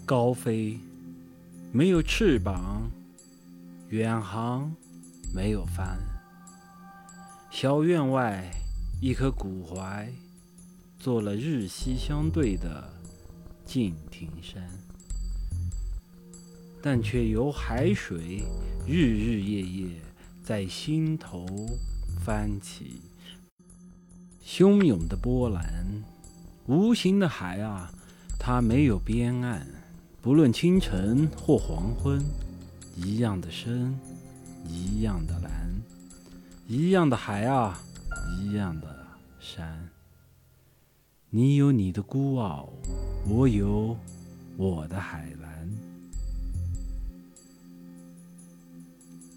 高飞，没有翅膀；远航，没有帆。小院外，一棵古槐，做了日夕相对的敬亭山，但却由海水日日夜夜在心头翻起汹涌的波澜。无形的海啊，它没有边岸，不论清晨或黄昏，一样的深，一样的蓝，一样的海啊，一样的山。你有你的孤傲，我有我的海蓝。